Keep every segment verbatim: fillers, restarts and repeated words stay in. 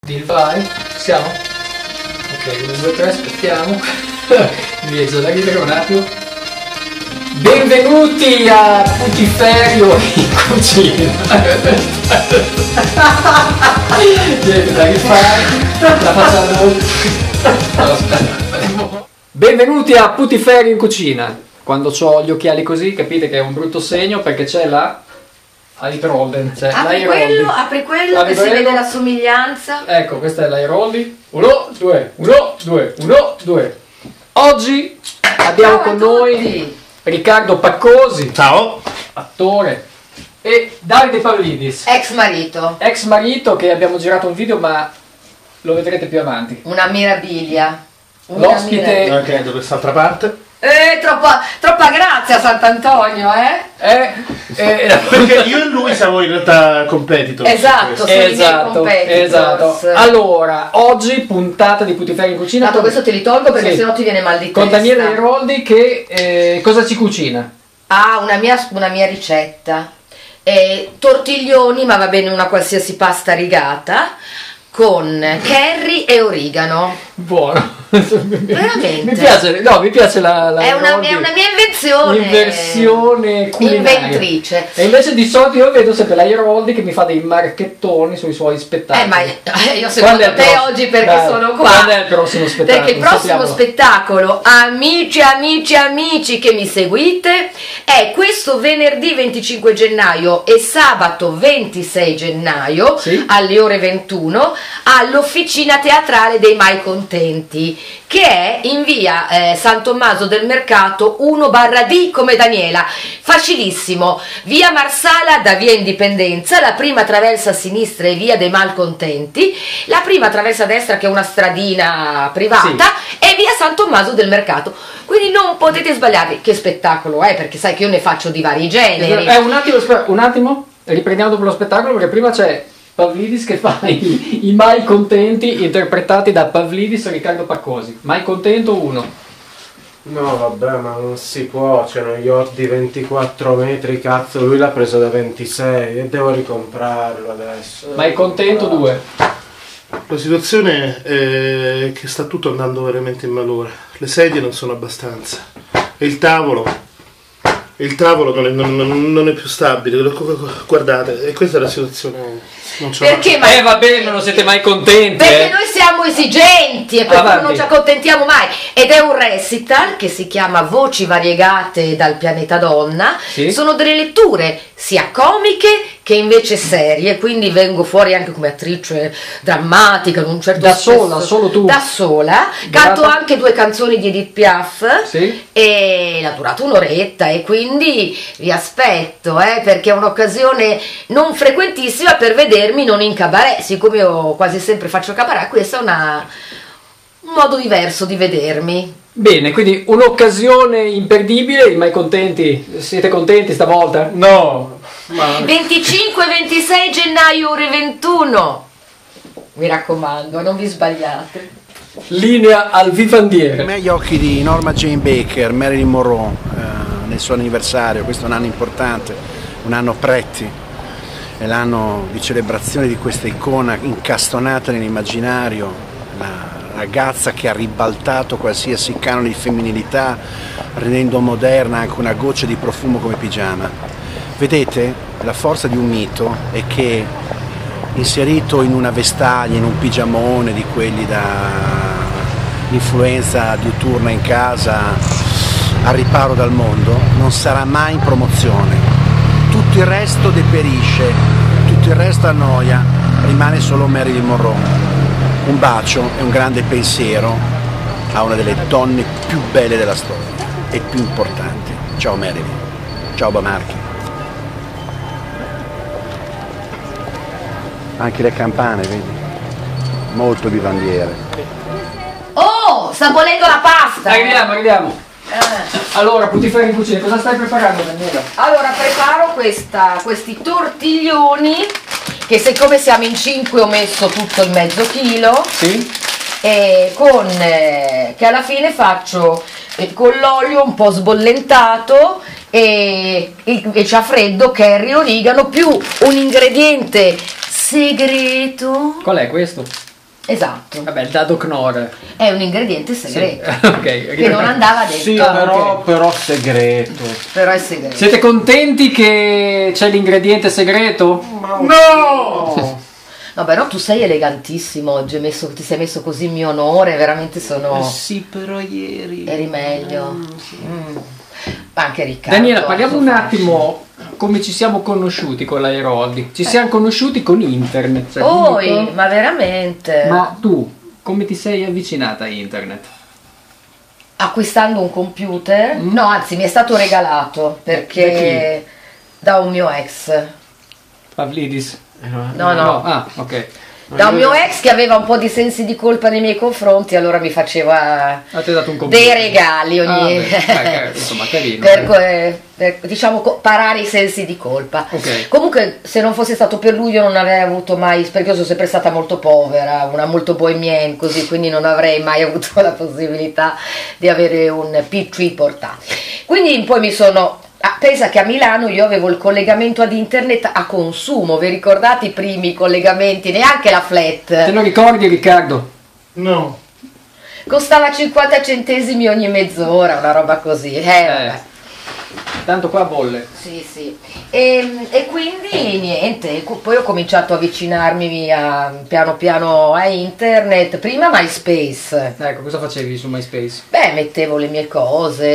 Dil vai? Siamo? Ok, uno, due, tre, aspettiamo. Mi è già da ridere un attimo. Benvenuti a Putiferio in cucina. Niente da rifare. La facciamo. Allora, aspetta. Benvenuti a Putiferio in cucina. Quando ho gli occhiali così capite che è un brutto segno perché c'è la Airolden. Cioè apri quello, apri quello apri che quello. Si vede la somiglianza. Ecco, questa è l'Airoldi. Uno, due, uno, due, uno, due. Oggi abbiamo con noi Riccardo Paccosi. Ciao. Attore. E Davide Pavlidis. Ex marito. Ex marito che abbiamo girato un video ma lo vedrete più avanti. Una meraviglia. L'ospite. Ok, da quest'altra parte. Eh, troppa, troppa grazia Sant'Antonio, eh? Eh, eh, Perché io e lui siamo in realtà competitor. Esatto, sono esatto, esatto. Allora, oggi puntata di Putiferio in cucina. Tanto questo te li tolgo perché sì, sennò ti viene mal di testa. Con Daniele Airoldi che eh, cosa ci cucina? Ah, una mia, una mia ricetta. Eh, tortiglioni, ma va bene una qualsiasi pasta rigata, con curry e origano. Buono. Veramente? Mi piace, no, mi piace la, la è, una, è una mia invenzione. Inversione culinaria. Inventrice. E invece di solito io vedo sempre la Airoldi che mi fa dei marchettoni sui suoi spettacoli. Eh, ma io secondo te oggi perché Dai, sono qua. Quando è il prossimo spettacolo? Perché il prossimo spettacolo, amici, amici, amici che mi seguite, è questo venerdì venticinque gennaio e sabato ventisei gennaio, sì, alle ore ventuno all'Officina Teatrale dei Mai Contenti, che è in via eh, San Tommaso del Mercato uno barra D come Daniela, facilissimo, via Marsala da via Indipendenza, la prima traversa a sinistra è via dei Malcontenti, la prima traversa a destra che è una stradina privata, sì, è via San Tommaso del Mercato, quindi non potete sbagliarvi. Che spettacolo è, perché sai che io ne faccio di vari generi. Eh, un attimo, un attimo, riprendiamo dopo lo spettacolo perché prima c'è Pavlidis che fa i, i Mai Contenti interpretati da Pavlidis e Riccardo Paccosi. Mai contento uno? No vabbè, ma non si può, c'erano gli ordi ventiquattro metri, cazzo, lui l'ha preso da ventisei e devo ricomprarlo adesso. Mai contento due? La situazione è che sta tutto andando veramente in malora. Le sedie non sono abbastanza e il tavolo il tavolo non è, non, non è più stabile. Guardate, e questa è la situazione. Non perché ma... Eh va bene, non siete mai contenti. Perché eh? noi siamo esigenti e per cui non ci accontentiamo mai. Ed è un recital che si chiama Voci variegate dal pianeta donna. Sì? Sono delle letture sia comiche che invece serie, quindi vengo fuori anche come attrice drammatica in un certo da senso. sola, solo tu. Da sola. Canto anche due canzoni di Edith Piaf. Sì? E l'ha durato un'oretta e quindi vi aspetto, eh, perché è un'occasione non frequentissima per vedermi non in cabaret, siccome io quasi sempre faccio cabaret, questo è una, un modo diverso di vedermi. Bene, quindi un'occasione imperdibile. I Mai Contenti, siete contenti stavolta? No, ma... venticinque ventisei gennaio ore ventuno, mi raccomando, non vi sbagliate. Linea al vivandiere. Per me gli occhi di Norma Jane Baker, Marilyn Monroe, eh, nel suo anniversario. Questo è un anno importante, un anno Pretty, è l'anno di celebrazione di questa icona incastonata nell'immaginario, la ragazza che ha ribaltato qualsiasi canone di femminilità, rendendo moderna anche una goccia di profumo come pigiama. Vedete, la forza di un mito è che inserito in una vestaglia, in un pigiamone di quelli da influenza diuturna in casa, al riparo dal mondo, non sarà mai in promozione. Tutto il resto deperisce, tutto il resto annoia, rimane solo Marilyn Monroe. Un bacio e un grande pensiero a una delle donne più belle della storia e più importanti. Ciao Marilyn, ciao Bamarchi. Anche le campane, vedi? Molto vivandiere. Oh, sta bollendo la pasta! Arriviamo, arriviamo. Eh. Allora, Putiferio in cucina, cosa stai preparando, Daniela? Allora, preparo questa, questi tortiglioni, che siccome siamo in cinque ho messo tutto il mezzo chilo. Sì. E con, eh, che alla fine faccio eh, con l'olio un po' sbollentato e, e, e c'ha freddo, curry, origano, più un ingrediente segreto. Qual è questo? Esatto. Vabbè, il dado Knorr è un ingrediente segreto. Sì. Okay. Che non andava dentro. Sì, Ah, però, okay. però segreto. Però è segreto. Siete contenti che c'è l'ingrediente segreto? No! No, però tu sei elegantissimo oggi, hai messo- ti sei messo così in mio onore, veramente sono... Sì, però ieri Eri meglio. Mm. Ma anche Riccardo. Daniela, parliamo un fashion. attimo come ci siamo conosciuti con l'Airoldi. Ci siamo conosciuti con internet. Cioè, Poi, quindi- ma veramente? Ma tu, come ti sei avvicinata a internet? Acquistando un computer? Mm. No, anzi, mi è stato regalato perché da un mio ex. Pavlidis? No, no. Ah, ok. Da un mio ex che aveva un po' di sensi di colpa nei miei confronti, allora mi faceva Ah, ti ha dato un computer. dei regali ogni... Ah, beh, eh, insomma, carino. per, eh. que- per, diciamo co- parare i sensi di colpa. Ok. Comunque, se non fosse stato per lui io non avrei avuto mai, perché io sono sempre stata molto povera, una molto bohemienne così, quindi non avrei mai avuto la possibilità di avere un P C portatile. Quindi poi mi sono... Ah, pensa che a Milano io avevo il collegamento ad internet a consumo, vi ricordate i primi collegamenti? Neanche la Te flat, lo ricordi, Riccardo? No. costava cinquanta centesimi ogni mezz'ora, una roba così. Eh, vabbè. Tanto qua bolle. Sì, sì. E, e quindi niente, co- poi ho cominciato a avvicinarmi a, piano piano a internet, prima MySpace. Ecco, cosa facevi su MySpace? Beh, mettevo le mie cose,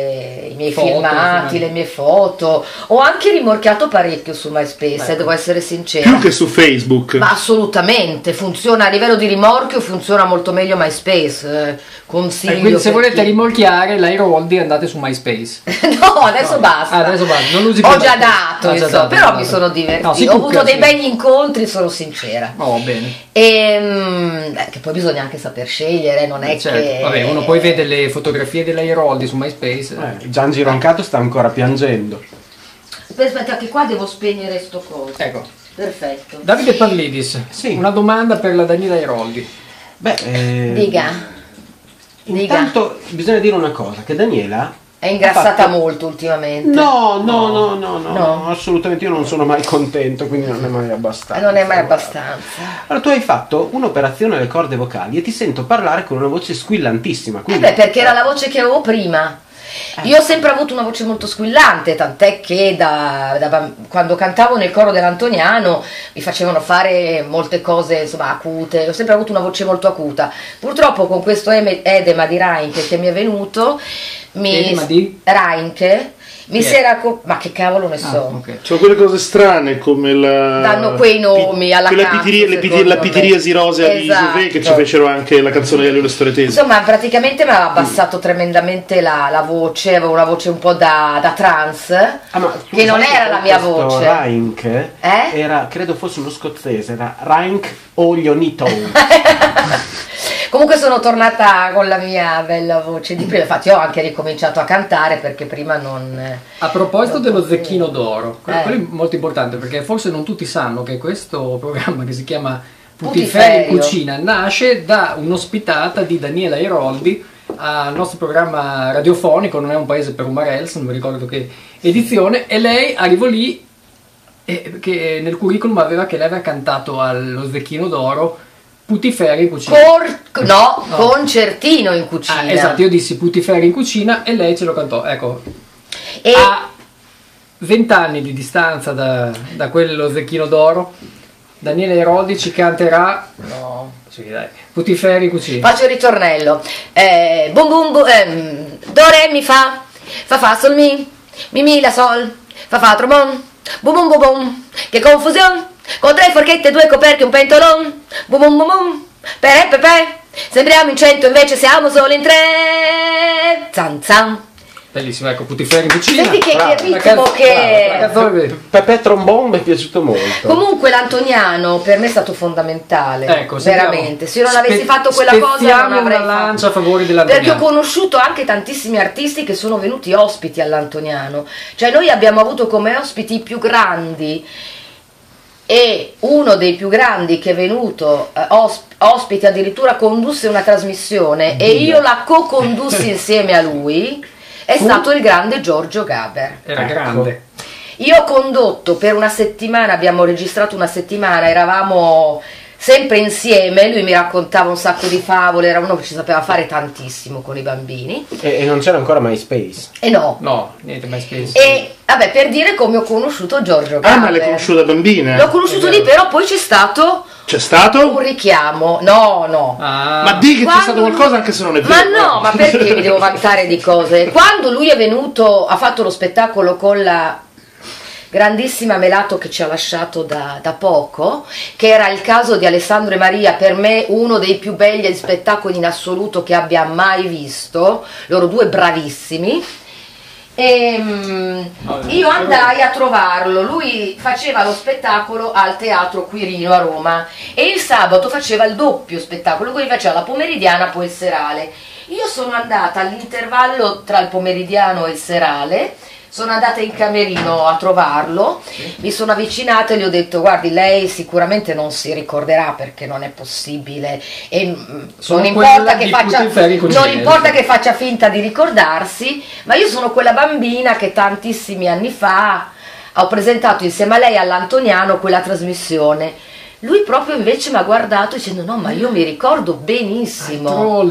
i miei Foto, filmati, insomma. le mie foto. Ho anche rimorchiato parecchio su MySpace, Ecco. eh, devo essere sincera. Più che su Facebook. Ma assolutamente, funziona a livello di rimorchio, funziona molto meglio MySpace. eh, Consiglio. Eh, quindi se per volete chi- rimorchiare l'Airoldi andate su MySpace. No, adesso No. basta. Ah, adesso basta, non usi più Ho già MySpace. dato, Ah, già insomma, dato, però già mi dato. sono divertita. No, si Ho cucca, avuto dei sì. begli incontri, sono sincera. Oh, bene. E mm, beh, che poi bisogna anche saper scegliere, non è Certo. che. Vabbè, uno poi vede le fotografie dell'Airoldi su MySpace. Eh, Gian Gironcato sta ancora piangendo. Aspetta, aspetta, che qua devo spegnere sto coso. Ecco. Perfetto. Davide Pavlidis, Sì. una domanda per la Daniela Airoldi. Beh, eh, Diga. Diga. Intanto bisogna dire una cosa, che Daniela È ingrassata ha fatto- molto ultimamente. No, no, no, no, no, No. no, assolutamente io non sono mai contento, quindi non è mai Eh, abbastanza. Non è mai guarda. abbastanza. Allora, tu hai fatto un'operazione alle corde vocali e ti sento parlare con una voce squillantissima. Eh Quindi... beh, perché era la voce che avevo prima. Io ho sempre avuto una voce molto squillante, tant'è che da, da bam- quando cantavo nel coro dell'Antoniano mi facevano fare molte cose insomma acute, ho sempre avuto una voce molto acuta. Purtroppo con questo eme- edema di Reinke che mi è venuto, mi Edema di? Reinke, mi Chi è? si era co- ma che cavolo ne Ah, so. ok. Sono quelle cose strane come la... Danno quei nomi alla quella cazzo, pitiria- le piti- secondo la me. pitiriasi rosea di Esatto. Juve che ci fecero anche la canzone di Elio Storetesi. Insomma, praticamente mi aveva abbassato tremendamente la, la voce, avevo una voce un po' da, da trans, Ah, ma tu che non sai era che la mia questo voce. Reinke Eh? era, credo fosse uno scozzese, era Reinke Oglionito. Comunque sono tornata con la mia bella voce di prima, infatti ho anche ricominciato a cantare perché prima non... A proposito non dello potevo. Zecchino d'Oro, quello, Eh. quello è molto importante perché forse non tutti sanno che questo programma che si chiama Putiferio Putiferio in Cucina nasce da un'ospitata di Daniela Airoldi al nostro programma radiofonico Non è un paese per Umarels, non mi ricordo che edizione, e lei arrivò lì e, che nel curriculum aveva che lei aveva cantato allo Zecchino d'Oro Putiferio in Cucina. Cor- no, No. concertino in cucina. Ah, esatto, io dissi Putiferio in Cucina e lei ce lo cantò, ecco. E A vent'anni di distanza da, da quello Zecchino d'Oro, Daniela Airoldi ci canterà no. sì, dai, Putiferio in Cucina. Faccio il ritornello. Eh, bum bum bum, ehm, do re mi fa, fa fa sol mi, mi mi la sol, fa fa trombon, bum bum bum bum, che confusione, con tre forchette, due coperchi, un pentolon, bum bum bum bum, per pe pe, sembriamo in cento invece siamo solo in tre, zan zan. Bellissimo, ecco, Putiferio in Cucina. Senti che, che brava, ritmo la canz- che... brava, la canzone- Pepe Trombon mi è piaciuto molto. Comunque l'Antoniano per me è stato fondamentale, Ecco, sentiamo. veramente. Se io non avessi Spe- fatto quella cosa spezziamo non avrei una fatto. lancia a favore Perché dell'Antoniano. ho conosciuto anche tantissimi artisti che sono venuti ospiti all'Antoniano. Cioè noi abbiamo avuto come ospiti i più grandi e uno dei più grandi che è venuto eh, os- ospite addirittura condusse una trasmissione e io la co-condussi insieme a lui. È stato il grande Giorgio Gaber. Era Ecco. grande. Io ho condotto per una settimana, abbiamo registrato una settimana, eravamo sempre insieme, lui mi raccontava un sacco di favole, era uno che ci sapeva fare tantissimo con i bambini. E, e non c'era ancora MySpace? E no. No, niente MySpace. E vabbè, per dire come ho conosciuto Giorgio Gaber. Ah, ma l'hai conosciuto da bambina? L'ho conosciuto lì, però poi c'è stato... C'è stato? Un richiamo. No, no. Ah. Ma di che Quando... c'è stato qualcosa anche se non è vero. Ma no, ma perché mi devo vantare di cose? Quando lui è venuto, ha fatto lo spettacolo con la grandissima Melato che ci ha lasciato da, da poco, che era il caso di Alessandro e Maria, per me uno dei più belli spettacoli in assoluto che abbia mai visto, loro due bravissimi. E um, io andai a trovarlo, lui faceva lo spettacolo al Teatro Quirino a Roma e il sabato faceva il doppio spettacolo, quindi faceva la pomeridiana poi il serale. Io sono andata all'intervallo tra il pomeridiano e il serale, sono andata in camerino a trovarlo, mi sono avvicinata e gli ho detto: guardi, lei sicuramente non si ricorderà perché non è possibile e non importa, che faccia, non importa che faccia finta di ricordarsi, ma io sono quella bambina che tantissimi anni fa ho presentato insieme a lei all'Antoniano quella trasmissione. Lui proprio invece mi ha guardato dicendo: no, ma io mi ricordo benissimo.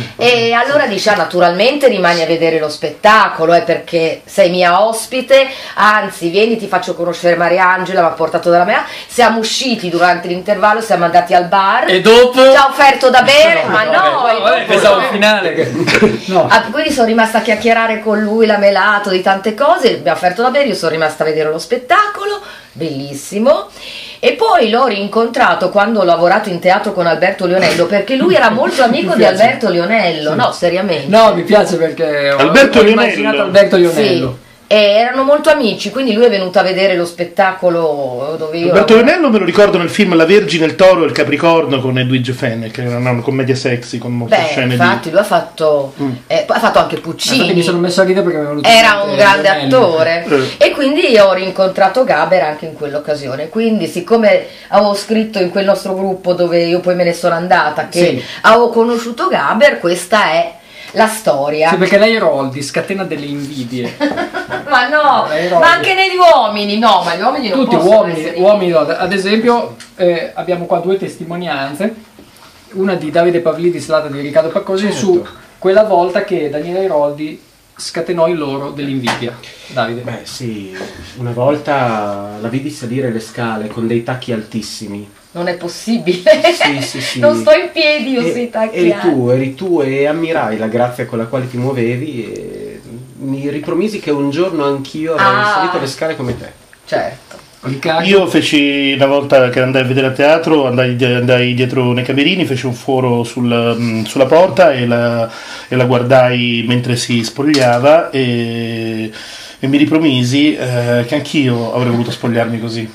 E allora dice: ah, naturalmente rimani a vedere lo spettacolo, eh, perché sei mia ospite, anzi vieni, ti faccio conoscere Mariangela, mi ha portato dalla mia. Siamo usciti durante l'intervallo, siamo andati al bar e dopo ci ha offerto da bere, no, ma no, no, no, no, pensavo al finale che... no. Ah, quindi sono rimasta a chiacchierare con lui, l'ha melato di tante cose, mi ha offerto da bere, io sono rimasta a vedere lo spettacolo, bellissimo. E poi l'ho rincontrato quando ho lavorato in teatro con Alberto Lionello, perché lui era molto amico di Alberto Lionello, sì. No, seriamente. No, mi piace perché Alberto ho, ho Lionello. immaginato Alberto Lionello. Sì. E erano molto amici, quindi lui è venuto a vedere lo spettacolo dove io Alberto lavoro. Lionello me lo ricordo nel film La Vergine, il Toro e il Capricorno con Edwige Fenech, che era una commedia sexy con molte Beh, scene infatti di... lui ha fatto mm. eh, ha fatto anche Puccini. Infatti mi sono messo a ridere perché mi è venuto era un grande Lionello. attore eh. E quindi ho rincontrato Gaber anche in quell'occasione, quindi siccome avevo scritto in quel nostro gruppo dove io poi me ne sono andata che sì. avevo conosciuto Gaber, questa è la storia. Sì, perché lei Roldi scatena delle invidie. Ma no, ma anche negli uomini, no, ma gli uomini non tutti possono uomini, essere uomini no. Ad esempio eh, abbiamo qua due testimonianze, una di Davide Pavlidis, l'altra di Riccardo Paccosi, certo. Su quella volta che Daniele Roldi scatenò in loro dell'invidia. Davide. Beh sì, una volta la vidi salire le scale con dei tacchi altissimi. Non è possibile, sì, sì, sì. Non sto in piedi io sui tacchi. Eri tu, eri tu e ammirai la grazia con la quale ti muovevi e mi ripromisi che un giorno anch'io avrei ah, salito le scale come te. Certo. Io feci una volta che andai a vedere a teatro, andai, andai dietro nei camerini, feci un foro sul, sulla porta e la, e la guardai mentre si spogliava e, e mi ripromisi eh, che anch'io avrei voluto spogliarmi così.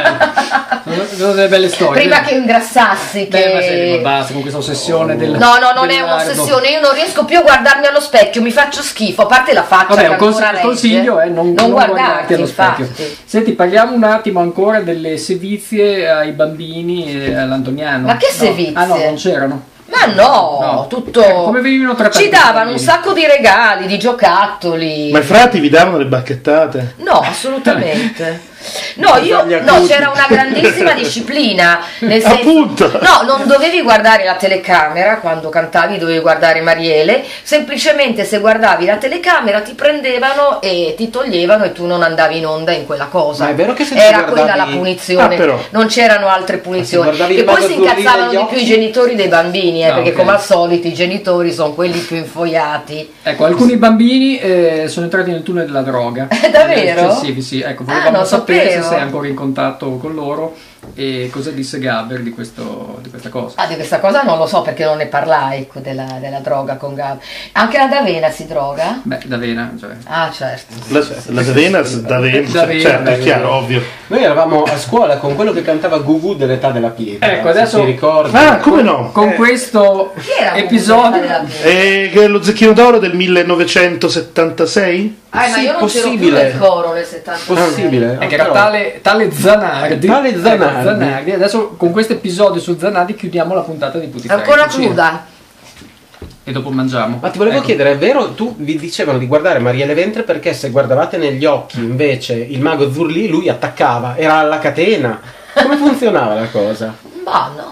Sono delle belle storie. Prima che ingrassassi, che... Beh, ma sei, basta con questa ossessione del... No, no, non è un'ossessione, io non riesco più a guardarmi allo specchio, mi faccio schifo, a parte la faccia. Vabbè, che un cons- ancora consiglio è non, non, non guardarti, guardarti allo infatti. specchio. Senti, parliamo un attimo ancora delle sevizie ai bambini e all'Antoniano. Ma che no. sevizie? Ah no, non c'erano. Ma no, no. tutto... Eh, come venivano trattati? Ci davano un sacco di regali, di giocattoli. Ma i frati vi davano le bacchettate? No, assolutamente. No, io, no, c'era una grandissima disciplina, nel senso, appunto. No, non dovevi guardare la telecamera quando cantavi, dovevi guardare Mariele, semplicemente se guardavi la telecamera ti prendevano e ti toglievano e tu non andavi in onda in quella cosa. Ma è vero che se era guardavi... quella la punizione, ah, non c'erano altre punizioni. E poi si incazzavano incazzavano di più i genitori dei bambini, eh, ah, perché okay. come al solito i genitori sono quelli più infoiati. Ecco, alcuni bambini eh, sono entrati nel tunnel della droga. È davvero? Sì, sì, sì. Ecco, volevamo ah, sapere sapevo. se sei ancora in contatto con loro e cosa disse Gaber di, questo, di questa cosa. Ah, di questa cosa non lo so perché non ne parlai della, della droga con Gaber. Anche la D'Avena si droga? Beh, D'Avena, cioè. Ah, certo. La, la D'Avena, D'Avena, certo, è chiaro, ovvio. Noi eravamo a scuola con quello che cantava Gugu dell'età della pietra. Ecco, adesso ti ricordi? Ah, come no? Con eh. questo episodio eh, che è lo Zecchino d'Oro del millenovecentosettantasei? Ah, ma sì, io non possibile. c'ero più nel coro nel settantasei. Possibile. è che era tale, tale Zanardi, tale Zanardi. Ecco, Zanardi. Adesso con questo episodio su Zanardi chiudiamo la puntata di Putti Ferri. Ancora cruda. E dopo mangiamo. Ma ti volevo ecco. chiedere, è vero, tu vi dicevano di guardare Marielle Ventre perché se guardavate negli occhi invece il mago Zurlì lui attaccava, era alla catena. Come funzionava la cosa? Ma no.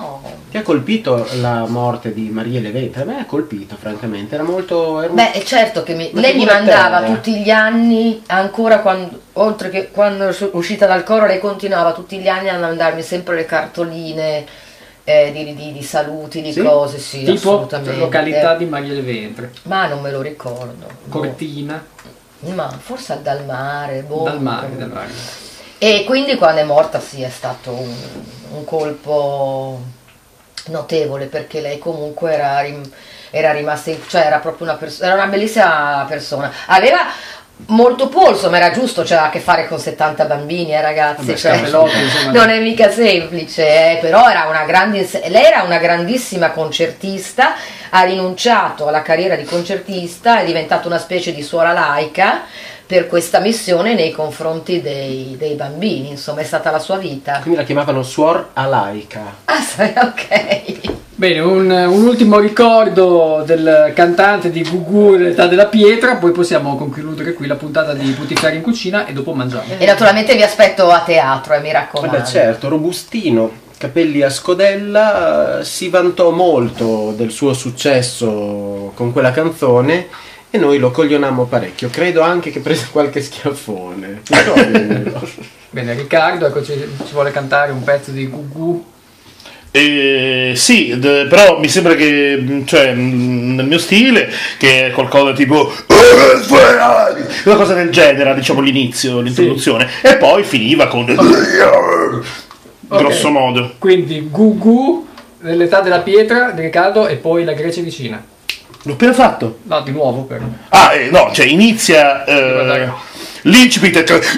Ti ha colpito la morte di Marielle Ventre? A me ha colpito, francamente, era molto... Era un... Beh, certo che mi, lei mi mandava tutti gli anni, ancora quando, oltre che quando è uscita dal coro, lei continuava tutti gli anni a mandarmi sempre le cartoline eh, di, di, di saluti, di sì? cose, sì, tipo assolutamente. Località di Marielle Ventre. Ma non me lo ricordo. Cortina. Boh. Ma forse dal mare, boh. Dal mare, dal mare. E quindi quando è morta sì, è stato un, un colpo notevole, perché lei comunque era, rim, era rimasta, in, cioè era proprio una persona, era una bellissima persona, aveva molto polso, ma era giusto, cioè ha a che fare con settanta bambini, eh, ragazzi. Vabbè, cioè, non è mica semplice, eh, però era una grande, lei era una grandissima concertista, ha rinunciato alla carriera di concertista, è diventata una specie di suora laica per questa missione nei confronti dei, dei bambini, insomma è stata la sua vita. Quindi la chiamavano suor alaica. Ah, ok. Bene, un, un ultimo ricordo del cantante di Gugu dell'età della pietra, poi possiamo concludere qui la puntata di Putiferri in cucina e dopo mangiamo. E naturalmente vi aspetto a teatro, eh, mi raccomando. Vabbè, certo, robustino, capelli a scodella, si vantò molto del suo successo con quella canzone e noi lo coglionammo parecchio, credo anche che prese qualche schiaffone. Bene, Riccardo, ecco, ci, ci vuole cantare un pezzo di Gugu. Eh, sì, d- però mi sembra che, cioè, nel mio stile, che è qualcosa tipo una cosa del genere, diciamo l'inizio, l'introduzione, sì. E poi finiva con okay. Grosso okay. modo. Quindi Gugu nell'età della pietra di Riccardo e poi la Grecia vicina. L'ho appena fatto. No, di nuovo però. Ah, eh, no, cioè inizia eh, l'incipit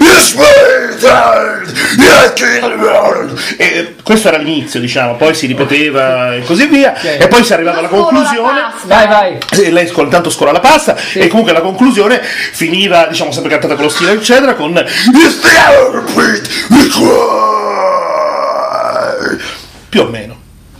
e questo era l'inizio, diciamo, poi si ripeteva e così via, okay. E poi si arrivava alla conclusione. Vai, vai. E lei intanto scola la pasta, sì. E comunque la conclusione finiva, diciamo, sempre cantata con lo stile eccetera, con più o meno.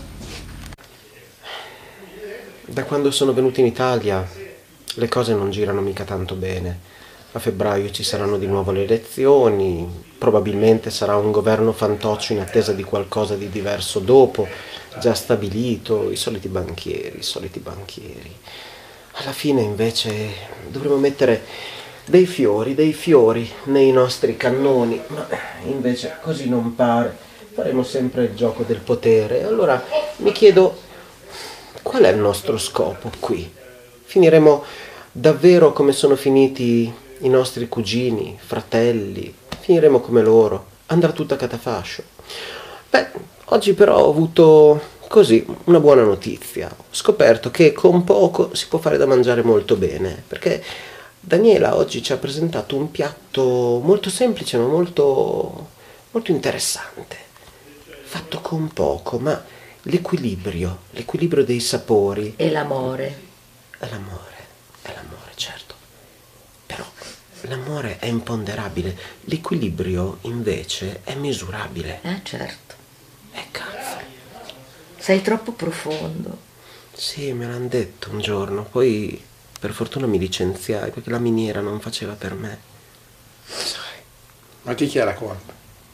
Da quando sono venuto in Italia le cose non girano mica tanto bene. A febbraio ci saranno di nuovo le elezioni, probabilmente sarà un governo fantoccio in attesa di qualcosa di diverso dopo, già stabilito, i soliti banchieri, i soliti banchieri. Alla fine invece dovremo mettere dei fiori, dei fiori nei nostri cannoni, ma invece così non pare. Faremo sempre il gioco del potere. Allora mi chiedo, qual è il nostro scopo qui? Finiremo davvero come sono finiti i nostri cugini, fratelli? Finiremo come loro? Andrà tutto a catafascio? Beh, oggi però ho avuto così una buona notizia. Ho scoperto che con poco si può fare da mangiare molto bene, perché Daniela oggi ci ha presentato un piatto molto semplice ma molto, molto interessante. Fatto con poco, ma l'equilibrio, l'equilibrio dei sapori. E l'amore. È l'amore, è l'amore, certo. Però l'amore è imponderabile, l'equilibrio invece è misurabile. Eh certo. E cazzo. Sei troppo profondo. Sì, me l'hanno detto un giorno, poi per fortuna mi licenziai perché la miniera non faceva per me. Sai, ma chi è la colpa?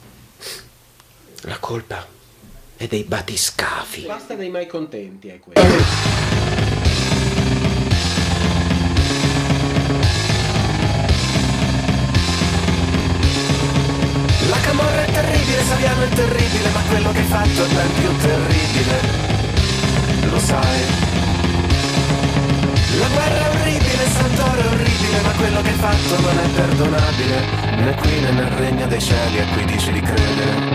La colpa è dei batiscafi. Basta dei mai contenti, è quello. La camorra è terribile, Saviano è terribile, ma quello che hai fatto è ben più terribile. Lo sai. La guerra è orribile, Santoro è orribile, ma quello che hai fatto non è perdonabile. Né qui né nel regno dei cieli a cui dici di credere.